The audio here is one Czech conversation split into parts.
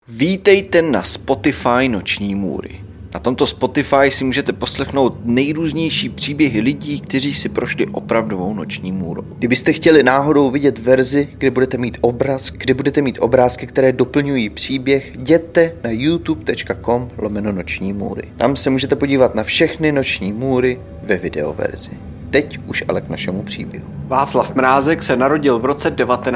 Vítejte na Spotify Noční můry. Na tomto Spotify si můžete poslechnout nejrůznější příběhy lidí, kteří si prošli opravdovou noční můrou. Kdybyste chtěli náhodou vidět verzi, kde budete mít obraz, kde budete mít obrázky, které doplňují příběh, jděte na youtube.com/noční můry. Tam se můžete podívat na všechny noční můry ve videoverzi. Teď už ale k našemu příběhu. Václav Mrázek se narodil v roce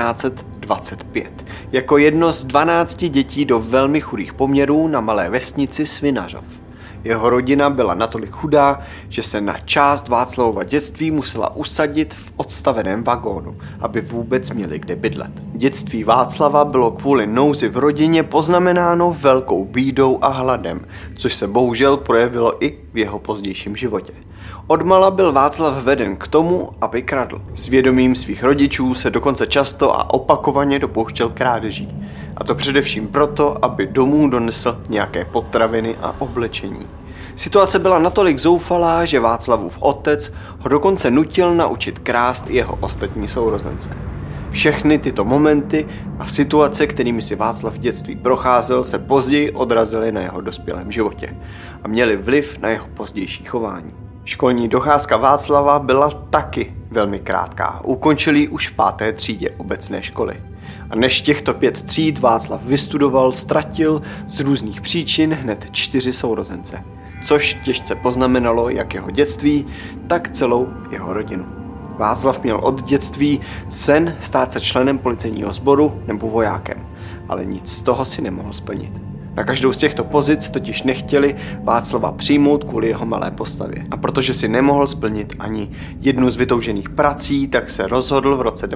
1925 jako jedno z 12 dětí do velmi chudých poměrů na malé vesnici Svinařov. Jeho rodina byla natolik chudá, že se na část Václavova dětství musela usadit v odstaveném vagónu, aby vůbec měli kde bydlet. Dětství Václava bylo kvůli nouzi v rodině poznamenáno velkou bídou a hladem, což se bohužel projevilo i v jeho pozdějším životě. Odmala byl Václav veden k tomu, aby kradl. S vědomím svých rodičů se dokonce často a opakovaně dopouštěl krádeží. A to především proto, aby domů donesl nějaké potraviny a oblečení. Situace byla natolik zoufalá, že Václavův otec ho dokonce nutil naučit krást i jeho ostatní sourozence. Všechny tyto momenty a situace, kterými si Václav v dětství procházel, se později odrazily na jeho dospělém životě a měly vliv na jeho pozdější chování. Školní docházka Václava byla taky velmi krátká. Ukončil ji už v 5. třídě obecné školy. A než těchto 5 tříd Václav vystudoval, ztratil z různých příčin hned 4 sourozence, což těžce poznamenalo jak jeho dětství, tak celou jeho rodinu. Václav měl od dětství sen stát se členem policejního sboru nebo vojákem, ale nic z toho si nemohl splnit. Na každou z těchto pozic totiž nechtěli Václava přijmout kvůli jeho malé postavě. A protože si nemohl splnit ani jednu z vytoužených prací, tak se rozhodl v roce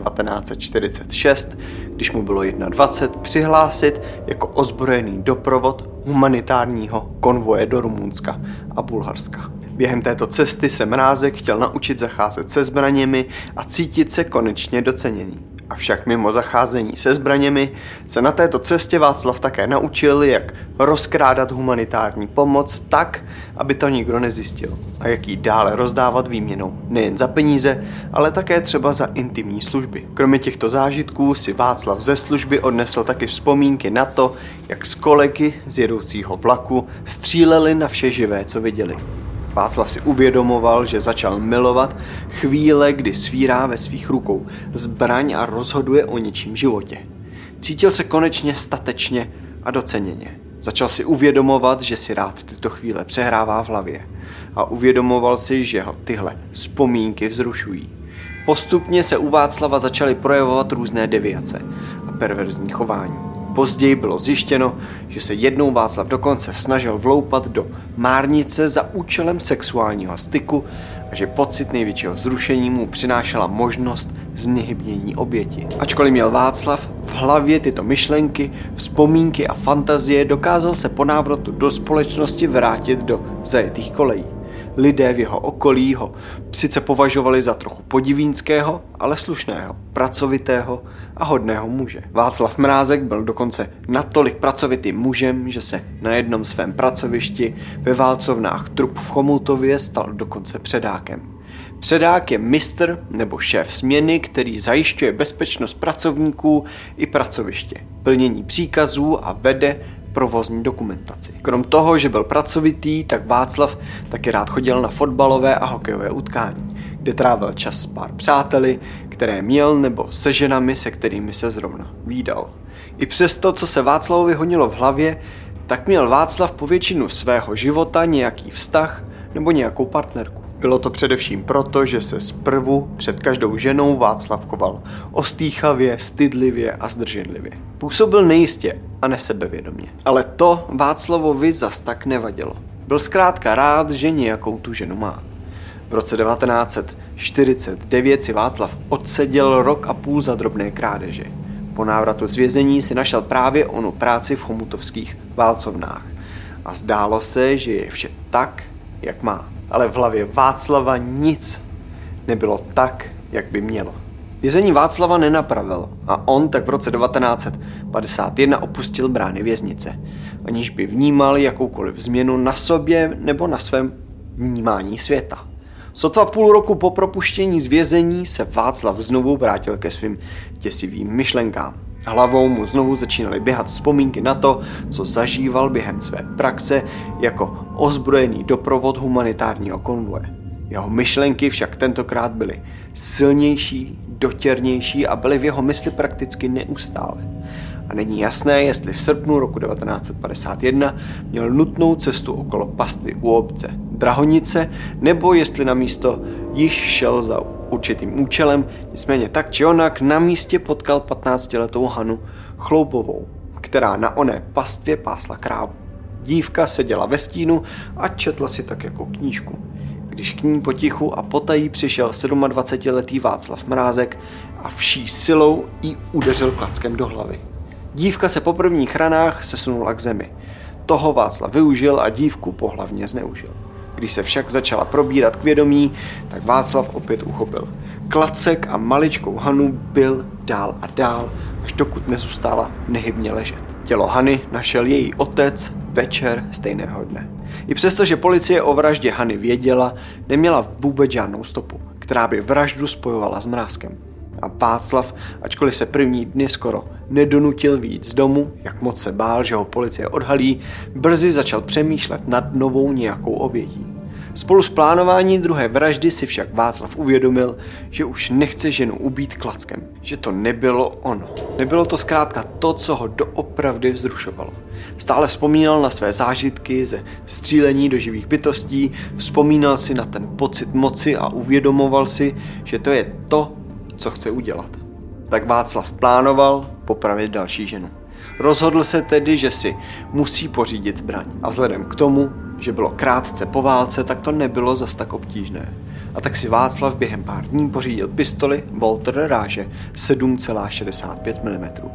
1946, když mu bylo 21, přihlásit jako ozbrojený doprovod humanitárního konvoje do Rumunska a Bulharska. Během této cesty se Mrázek chtěl naučit zacházet se zbraněmi a cítit se konečně doceněný. Avšak mimo zacházení se zbraněmi se na této cestě Václav také naučil, jak rozkrádat humanitární pomoc tak, aby to nikdo nezjistil a jak ji dále rozdávat výměnou nejen za peníze, ale také třeba za intimní služby. Kromě těchto zážitků si Václav ze služby odnesl taky vzpomínky na to, jak z kolegy z jedoucího vlaku stříleli na vše živé, co viděli. Václav si uvědomoval, že začal milovat chvíle, kdy svírá ve svých rukou zbraň a rozhoduje o něčím životě. Cítil se konečně statečně a doceněně. Začal si uvědomovat, že si rád tyto chvíle přehrává v hlavě. A uvědomoval si, že ho tyhle vzpomínky vzrušují. Postupně se u Václava začaly projevovat různé deviace a perverzní chování. Později bylo zjištěno, že se jednou Václav dokonce snažil vloupat do márnice za účelem sexuálního styku a že pocit největšího vzrušení mu přinášela možnost znehybnění oběti. Ačkoliv měl Václav v hlavě tyto myšlenky, vzpomínky a fantazie, dokázal se po návratu do společnosti vrátit do zajetých kolejí. Lidé v jeho okolí ho sice považovali za trochu podivínského, ale slušného, pracovitého a hodného muže. Václav Mrázek byl dokonce natolik pracovitým mužem, že se na jednom svém pracovišti ve válcovnách trup v Chomoutově stal dokonce předákem. Předák je mistr nebo šéf směny, který zajišťuje bezpečnost pracovníků i pracoviště, plnění příkazů a vede provozní dokumentaci. Krom toho, že byl pracovitý, tak Václav taky rád chodil na fotbalové a hokejové utkání, kde trávil čas s pár přáteli, které měl, nebo se ženami, se kterými se zrovna vídal. I přesto, co se Václavovi honilo v hlavě, tak měl Václav po většinu svého života nějaký vztah nebo nějakou partnerku. Bylo to především proto, že se zprvu před každou ženou Václav choval ostýchavě, stydlivě a zdrženlivě. Působil nejistě a nesebevědomě. Ale to Václavovi zas tak nevadilo. Byl zkrátka rád, že nějakou tu ženu má. V roce 1949 si Václav odseděl 1,5 roku za drobné krádeže. Po návratu z vězení si našel právě onu práci v chomutovských válcovnách. A zdálo se, že je vše tak, jak má. Ale v hlavě Václava nic nebylo tak, jak by mělo. Vězení Václava nenapravilo a on tak v roce 1951 opustil brány věznice, aniž by vnímal jakoukoliv změnu na sobě nebo na svém vnímání světa. Sotva půl roku po propuštění z vězení se Václav znovu vrátil ke svým děsivým myšlenkám. Hlavou mu znovu začínaly běhat vzpomínky na to, co zažíval během své praxe jako ozbrojený doprovod humanitárního konvoje. Jeho myšlenky však tentokrát byly silnější, dotěrnější a byly v jeho mysli prakticky neustále. A není jasné, jestli v srpnu roku 1951 měl nutnou cestu okolo pastvy u obce Drahonice, nebo jestli na místo již šel za určitým účelem, nicméně tak či onak na místě potkal 15letou Hanu Chloupovou, která na oné pastvě pásla krávu. Dívka seděla ve stínu a četla si tak jako knížku, když k ní potichu a potají přišel 27letý Václav Mrázek a vší silou jí udeřil klackem do hlavy. Dívka se po prvních ranách sesunula k zemi. Toho Václav využil a dívku pohlavně zneužil. Když se však začala probírat k vědomí, tak Václav opět uchopil klacek a maličkou Hanu bil dál a dál, až dokud nezůstala nehybně ležet. Tělo Hany našel její otec večer stejného dne. I přesto, že policie o vraždě Hany věděla, neměla vůbec žádnou stopu, která by vraždu spojovala s Mrázkem. A Václav, ačkoliv se první dny skoro nedonutil vyjít z domu, jak moc se bál, že ho policie odhalí, brzy začal přemýšlet nad novou nějakou obětí. Spolu s plánováním druhé vraždy si však Václav uvědomil, že už nechce ženu ubít klackem, že to nebylo ono. Nebylo to zkrátka to, co ho doopravdy vzrušovalo. Stále vzpomínal na své zážitky ze střílení do živých bytostí, vzpomínal si na ten pocit moci a uvědomoval si, že to je to, co chce udělat. Tak Václav plánoval popravit další ženu. Rozhodl se tedy, že si musí pořídit zbraň. A vzhledem k tomu, že bylo krátce po válce, tak to nebylo zas tak obtížné. A tak si Václav během pár dní pořídil pistoli Walter ráže 7,65 mm.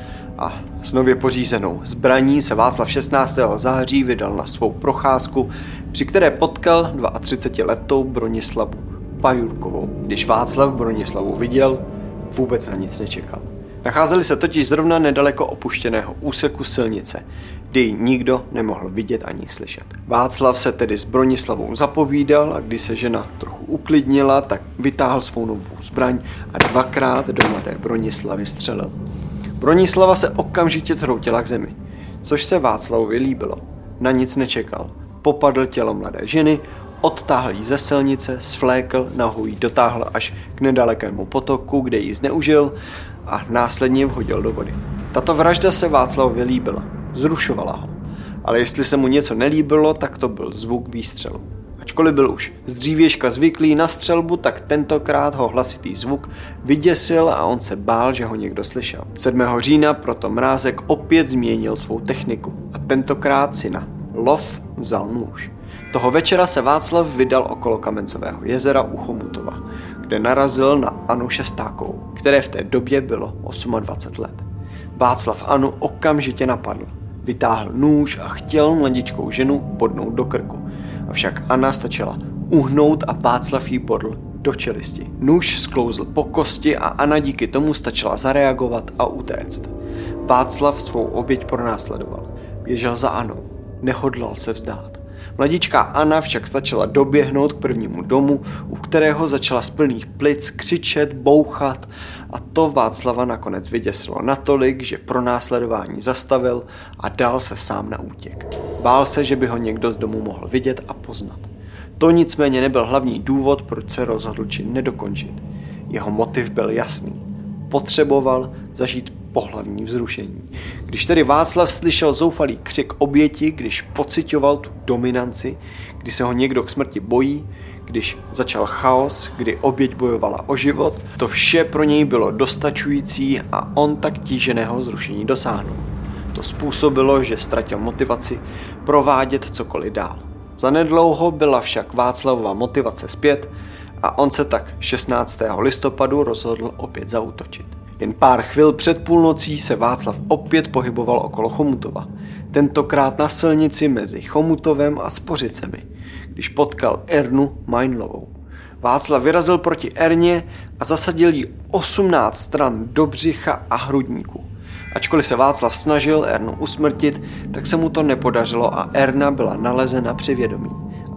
A s nově pořízenou zbraní se Václav 16. září vydal na svou procházku, při které potkal 32letou Bronislavu Pajurkovou. Když Václav Bronislavu viděl, vůbec na nic nečekal. Nacházeli se totiž zrovna nedaleko opuštěného úseku silnice, kde ji nikdo nemohl vidět ani slyšet. Václav se tedy s Bronislavou zapovídal a když se žena trochu uklidnila, tak vytáhl svou novou zbraň a dvakrát do mladé Bronislavy střelil. Bronislava se okamžitě zhroutila k zemi, což se Václavovi líbilo. Na nic nečekal. Popadl tělo mladé ženy, odtáhl ji ze silnice, svlékl, nahou ji dotáhl až k nedalekému potoku, kde ji zneužil a následně vhodil do vody. Tato vražda se Václavovi líbila, zrušovala ho, ale jestli se mu něco nelíbilo, tak to byl zvuk výstřelu. Ačkoliv byl už z dřívěžka zvyklý na střelbu, tak tentokrát ho hlasitý zvuk vyděsil a on se bál, že ho někdo slyšel. 7. října proto Mrázek opět změnil svou techniku a tentokrát si na lov vzal nůž. Toho večera se Václav vydal okolo Kamencového jezera u Chomutova, kde narazil na Anu Šestákovou, které v té době bylo 28 let. Václav Anu okamžitě napadl. Vytáhl nůž a chtěl mladičkou ženu bodnout do krku. Avšak Anna stačila uhnout a Václav jí bodl do čelisti. Nůž sklouzl po kosti a Anna díky tomu stačila zareagovat a utéct. Václav svou oběť pronásledoval. Běžel za Anou. Nehodlal se vzdát. Mladičká Anna však stačila doběhnout k prvnímu domu, u kterého začala z plných plic křičet, bouchat a to Václava nakonec vyděsilo natolik, že pronásledování zastavil a dal se sám na útěk. Bál se, že by ho někdo z domu mohl vidět a poznat. To nicméně nebyl hlavní důvod, proč se rozhodl čin nedokončit. Jeho motiv byl jasný. Potřeboval zažít pohlavní vzrušení. Když tedy Václav slyšel zoufalý křik oběti, když pociťoval tu dominanci, kdy se ho někdo k smrti bojí, když začal chaos, kdy oběť bojovala o život, to vše pro něj bylo dostačující a on tak tíženého vzrušení dosáhnul. To způsobilo, že ztratil motivaci provádět cokoliv dál. Zanedlouho byla však Václavova motivace zpět a on se tak 16. listopadu rozhodl opět zaútočit. Jen pár chvil před půlnocí se Václav opět pohyboval okolo Chomutova. Tentokrát na silnici mezi Chomutovem a Spořicemi, když potkal Ernu Meinlovou. Václav vyrazil proti Erně a zasadil jí 18 stran do břicha a hrudníku. Ačkoliv se Václav snažil Ernu usmrtit, tak se mu to nepodařilo a Erna byla nalezena při vědomí. A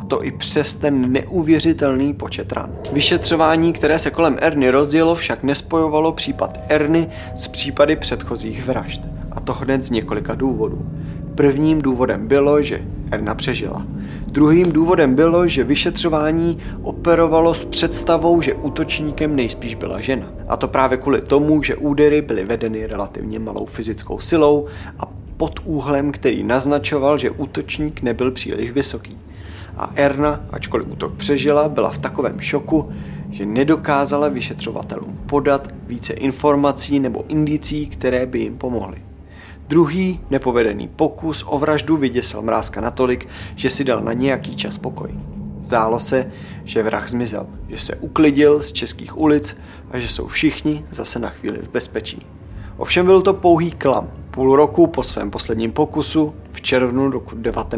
to i přes ten neuvěřitelný počet ran. Vyšetřování, které se kolem Erny rozdělo, však nespojovalo případ Erny s případy předchozích vražd. A to hned z několika důvodů. Prvním důvodem bylo, že Erna přežila. Druhým důvodem bylo, že vyšetřování operovalo s představou, že útočníkem nejspíš byla žena. A to právě kvůli tomu, že údery byly vedeny relativně malou fyzickou silou a pod úhlem, který naznačoval, že útočník nebyl příliš vysoký. A Erna, ačkoliv útok přežila, byla v takovém šoku, že nedokázala vyšetřovatelům podat více informací nebo indicí, které by jim pomohly. Druhý nepovedený pokus o vraždu vyděsil Mrázka natolik, že si dal na nějaký čas pokoj. Zdálo se, že vrah zmizel, že se uklidil z českých ulic a že jsou všichni zase na chvíli v bezpečí. Ovšem byl to pouhý klam. Půl roku po svém posledním pokusu, v červnu roku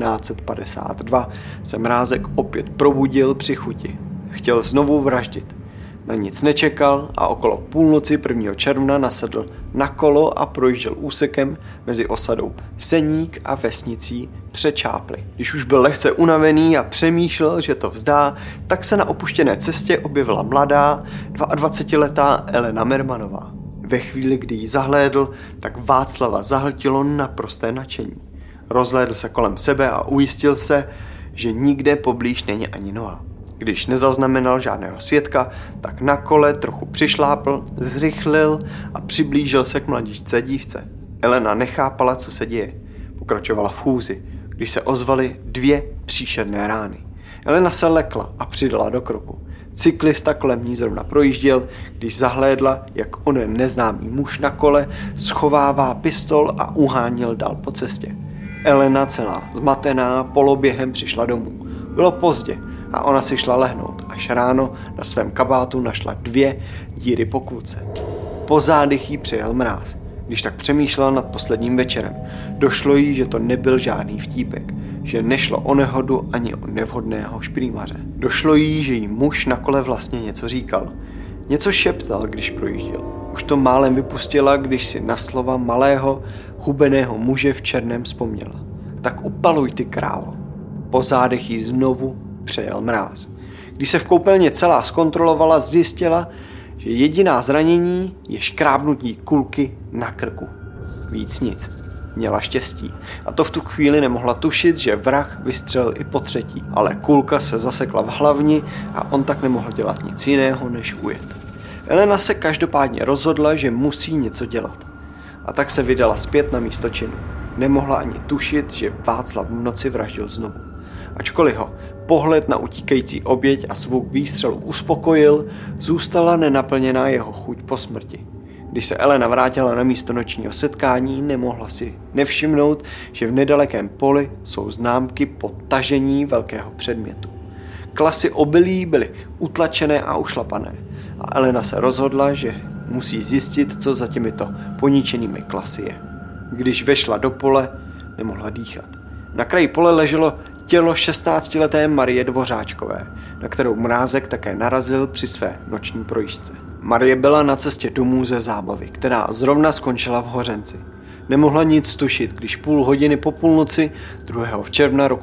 1952, se Mrázek opět probudil při chuti. Chtěl znovu vraždit. Na nic nečekal a okolo půlnoci 1. června nasedl na kolo a projížděl úsekem mezi osadou Seník a vesnicí Přečáply. Když už byl lehce unavený a přemýšlel, že to vzdá, tak se na opuštěné cestě objevila mladá, 22letá Elena Mermanová. Ve chvíli, kdy ji zahlédl, tak Václava zahltilo naprosté nadšení. Rozhlédl se kolem sebe a ujistil se, že nikde poblíž není ani noha. Když nezaznamenal žádného svědka, tak na kole trochu přišlápl, zrychlil a přiblížil se k mladíčce dívce. Elena nechápala, co se děje. Pokračovala v chůzi, když se ozvaly 2 příšerné rány. Elena se lekla a přidala do kroku. Cyklista kolem ní zrovna projížděl, když zahlédla, jak onen neznámý muž na kole schovává pistol a uháněl dál po cestě. Elena celá zmatená poloběhem přišla domů. Bylo pozdě a ona si šla lehnout, až ráno na svém kabátu našla 2 díry po kulce. Po zádech jí přejel mráz. Když tak přemýšlela nad posledním večerem, došlo jí, že to nebyl žádný vtípek, že nešlo o nehodu ani o nevhodného šprýmaře. Došlo jí, že jí muž na kole vlastně něco říkal. Něco šeptal, když projížděl. Už to málem vypustila, když si na slova malého, hubeného muže v černém vzpomněla. Tak upaluj, ty krávo. Po zádech jí znovu přejel mráz. Když se v koupelně celá zkontrolovala, zjistila, že jediná zranění je škrábnutí kulky na krku. Víc nic. Měla štěstí. A to v tu chvíli nemohla tušit, že vrah vystřelil i po třetí. Ale kulka se zasekla v hlavni a on tak nemohl dělat nic jiného, než ujet. Elena se každopádně rozhodla, že musí něco dělat. A tak se vydala zpět na místo činu. Nemohla ani tušit, že Václav v noci vraždil znovu. Ačkoliv ho pohled na utíkající oběť a zvuk výstřelu uspokojil, zůstala nenaplněná jeho chuť po smrti. Když se Elena vrátila na místo nočního setkání, nemohla si nevšimnout, že v nedalekém poli jsou známky po tažení velkého předmětu. Klasy obilí byly utlačené a ušlapané a Elena se rozhodla, že musí zjistit, co za těmito poničenými klasy je. Když vešla do pole, nemohla dýchat. Na kraji pole leželo tělo 16leté Marie Dvořáčkové, na kterou Mrázek také narazil při své noční projížďce. Marie byla na cestě domů ze zábavy, která zrovna skončila v Hořenci. Nemohla nic tušit, když půl hodiny po půlnoci 2. června roku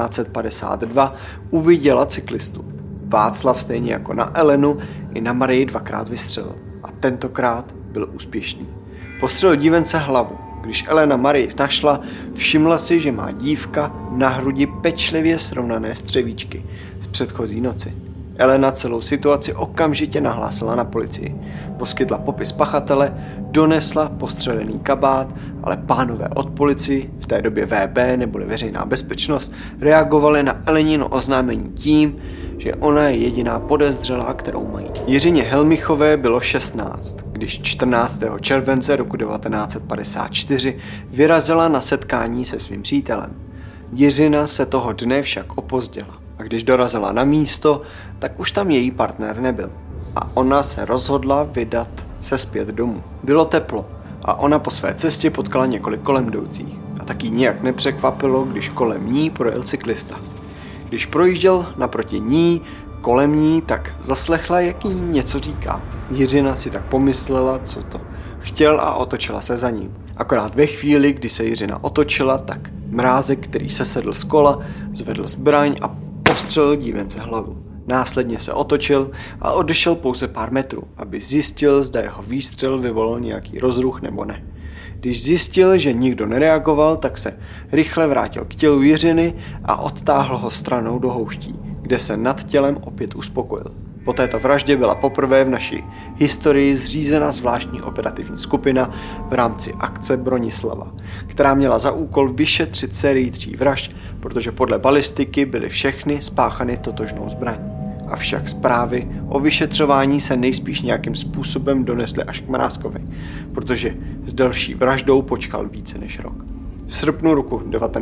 1952 uviděla cyklistu. Václav stejně jako na Elenu i na Marii 2krát vystřelil a tentokrát byl úspěšný. Postřelil dívence hlavu. Když Elena Marii našla, všimla si, že má dívka na hrudi pečlivě srovnané střevíčky z předchozí noci. Elena celou situaci okamžitě nahlásila na policii. Poskytla popis pachatele, donesla postřelený kabát, ale pánové od policii, v té době VB neboli veřejná bezpečnost, reagovali na Elenino oznámení tím, že ona je jediná podezřelá, kterou mají. Jiřině Helmichové bylo 16, když 14. července roku 1954 vyrazila na setkání se svým přítelem. Jiřina se toho dne však opozděla. A když dorazila na místo, tak už tam její partner nebyl. A ona se rozhodla vydat se zpět domů. Bylo teplo a ona po své cestě potkala několik kolem jdoucích. A taky nijak nepřekvapilo, když kolem ní projel cyklista. Když projížděl naproti ní, kolem ní, tak zaslechla, jak jí něco říká. Jiřina si tak pomyslela, co to chtěl a otočila se za ním. Akorát ve chvíli, kdy se Jiřina otočila, tak Mrázek, který se sedl z kola, zvedl zbraň a prostřelil dívence hlavu. Následně se otočil a odešel pouze pár metrů, aby zjistil, zda jeho výstřel vyvolal nějaký rozruch nebo ne. Když zjistil, že nikdo nereagoval, tak se rychle vrátil k tělu Jiřiny a odtáhl ho stranou do houští, kde se nad tělem opět uspokojil. Po této vraždě byla poprvé v naší historii zřízena zvláštní operativní skupina v rámci akce Bronislava, která měla za úkol vyšetřit sérii 3 vražd, protože podle balistiky byly všechny spáchany totožnou zbraní. Avšak zprávy o vyšetřování se nejspíš nějakým způsobem donesly až k Mrázkovi, protože s další vraždou počkal více než rok. V srpnu roku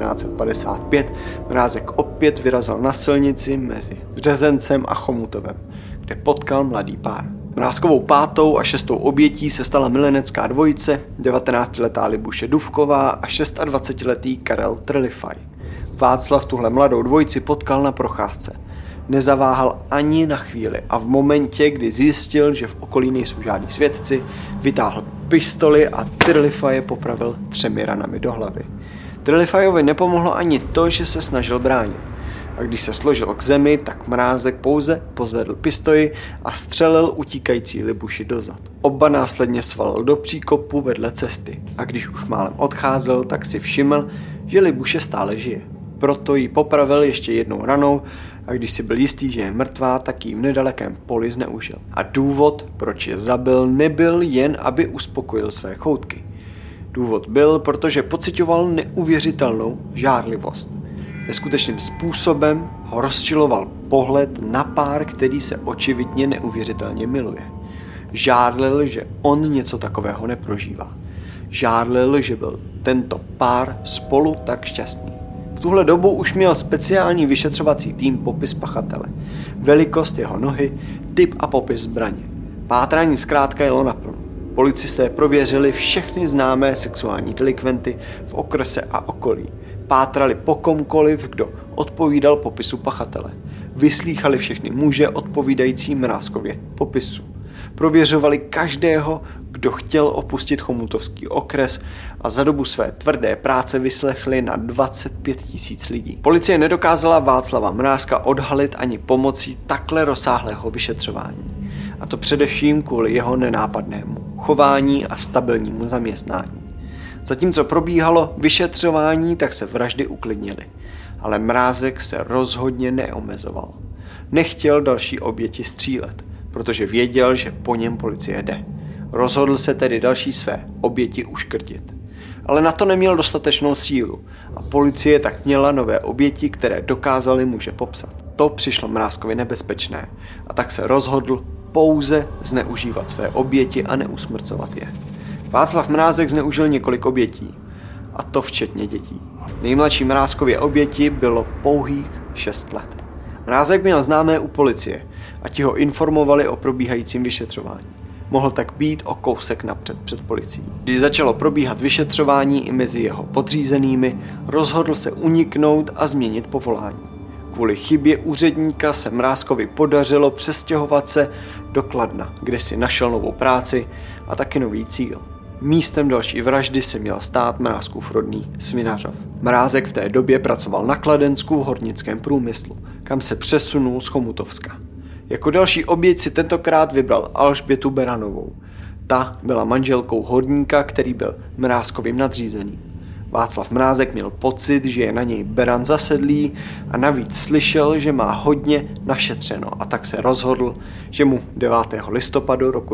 1955 Mrázek opět vyrazil na silnici mezi Březencem a Chomutovem, kde potkal mladý pár. Mrázkovou 5. a 6. obětí se stala milenecká dvojice, 19letá Libuše Dufková a 26letý Karel Trlifaj. Václav tuhle mladou dvojici potkal na procházce. Nezaváhal ani na chvíli a v momentě, kdy zjistil, že v okolí nejsou žádní svědci, vytáhl pistoli a Trlifaje popravil 3 ranami do hlavy. Trlifajovi nepomohlo ani to, že se snažil bránit. A když se složil k zemi, tak Mrázek pouze pozvedl pistoli a střelil utíkající Libuši dozad. Oba následně svalil do příkopu vedle cesty a když už málem odcházel, tak si všiml, že Libuše stále žije. Proto ji popravil ještě jednou ranou a když si byl jistý, že je mrtvá, tak ji v nedalekém poli zneužil. A důvod, proč je zabil, nebyl jen, aby uspokojil své choutky. Důvod byl, protože pociťoval neuvěřitelnou žárlivost. Neskutečným způsobem ho rozčiloval pohled na pár, který se očividně neuvěřitelně miluje. Žárlil, že on něco takového neprožívá. Žárlil, že byl tento pár spolu tak šťastný. V tuhle dobu už měl speciální vyšetřovací tým popis pachatele, velikost jeho nohy, typ a popis zbraně. Pátrání zkrátka jelo naplno. Policisté prověřili všechny známé sexuální delikventy v okrese a okolí. Pátrali po komkoliv, kdo odpovídal popisu pachatele. Vyslýchali všechny muže odpovídající Mrázkově popisu. Prověřovali každého, kdo chtěl opustit chomutovský okres a za dobu své tvrdé práce vyslechli na 25 000 lidí. Policie nedokázala Václava Mrázka odhalit ani pomocí takhle rozsáhlého vyšetřování. A to především kvůli jeho nenápadnému chování a stabilnímu zaměstnání. Zatímco probíhalo vyšetřování, tak se vraždy uklidnily. Ale Mrázek se rozhodně neomezoval. Nechtěl další oběti střílet, protože věděl, že po něm policie jde. Rozhodl se tedy další své oběti uškrtit. Ale na to neměl dostatečnou sílu a policie tak měla nové oběti, které dokázaly muže popsat. To přišlo Mrázkovi nebezpečné a tak se rozhodl pouze zneužívat své oběti a neusmrcovat je. Václav Mrázek zneužil několik obětí, a to včetně dětí. Nejmladší Mrázkově oběti bylo pouhých 6 let. Mrázek měl známé u policie a ti ho informovali o probíhajícím vyšetřování. Mohl tak být o kousek napřed před policií. Když začalo probíhat vyšetřování i mezi jeho podřízenými, rozhodl se uniknout a změnit povolání. Kvůli chybě úředníka se Mrázkovi podařilo přestěhovat se do Kladna, kde si našel novou práci a taky nový cíl. Místem další vraždy se měl stát Mrázkův rodný Svinařov. Mrázek v té době pracoval na Kladensku v hornickém průmyslu, kam se přesunul z Chomutovska. Jako další oběť si tentokrát vybral Alžbětu Beranovou. Ta byla manželkou horníka, který byl Mrázkovým nadřízeným. Václav Mrázek měl pocit, že je na něj Beran zasedlý a navíc slyšel, že má hodně našetřeno a tak se rozhodl, že mu 9. listopadu roku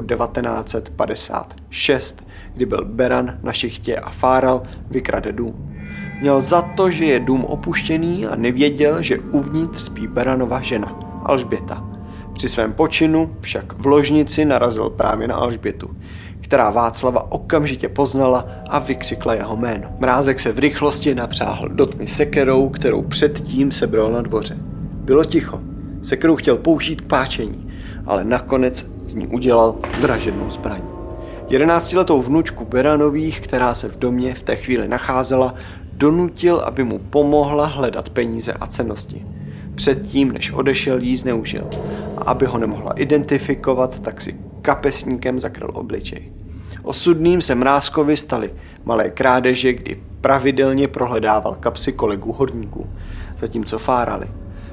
1956, kdy byl Beran na šichtě a fáral, vykrade dům. Měl za to, že je dům opuštěný a nevěděl, že uvnitř spí Beranova žena, Alžběta. Při svém počinu však v ložnici narazil právě na Alžbětu, která Václava okamžitě poznala a vykřikla jeho jméno. Mrázek se v rychlosti napřáhl do tmy sekerou, kterou předtím sebral na dvoře. Bylo ticho. Sekerou chtěl použít k páčení, ale nakonec z ní udělal vražednou zbraň. 11letou vnučku Beranových, která se v domě v té chvíli nacházela, donutil, aby mu pomohla hledat peníze a cennosti. Předtím, než odešel, jí zneužil a aby ho nemohla identifikovat, tak si kapesníkem zakryl obličej. Osudným se Mrázkovi staly malé krádeže, kdy pravidelně prohledával kapsy kolegů horníků, zatímco fárali.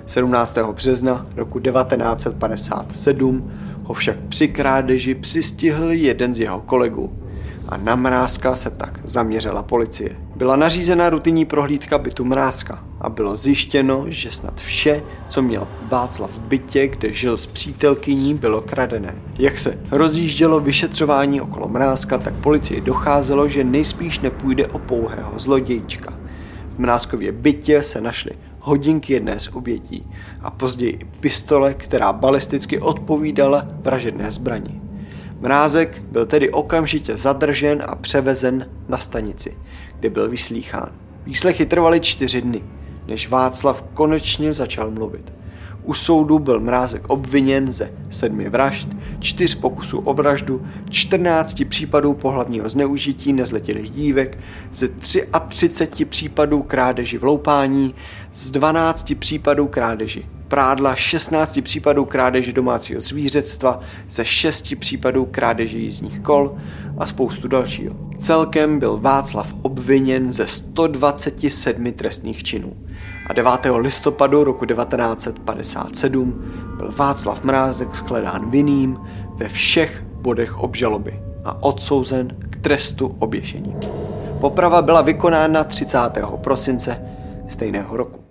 17. března roku 1957 ho však při krádeži přistihl jeden z jeho kolegů a na Mrázka se tak zaměřila policie. Byla nařízena rutinní prohlídka bytu Mrázka a bylo zjištěno, že snad vše, co měl Václav v bytě, kde žil s přítelkyní, bylo kradené. Jak se rozjíždělo vyšetřování okolo Mrázka, tak policii docházelo, že nejspíš nepůjde o pouhého zlodějčka. V Mrázkově bytě se našly hodinky jedné z obětí a později i pistole, která balisticky odpovídala vražedné zbrani. Mrázek byl tedy okamžitě zadržen a převezen na stanici, kde byl vyslýchán. Výslechy trvaly 4 dny, než Václav konečně začal mluvit. U soudu byl Mrázek obviněn ze 7 vražd, 4 pokusů o vraždu, 14 případů pohlavního zneužití nezletilých dívek, ze 33 případů krádeži vloupání, z 12 případů krádeži prádla, 16 případů krádeže domácího zvířectva, ze 6 případů krádeže jízdních kol a spoustu dalšího. Celkem byl Václav obviněn ze 127 trestných činů. A 9. listopadu roku 1957 byl Václav Mrázek shledán vinným ve všech bodech obžaloby a odsouzen k trestu oběšení. Poprava byla vykonána 30. prosince stejného roku.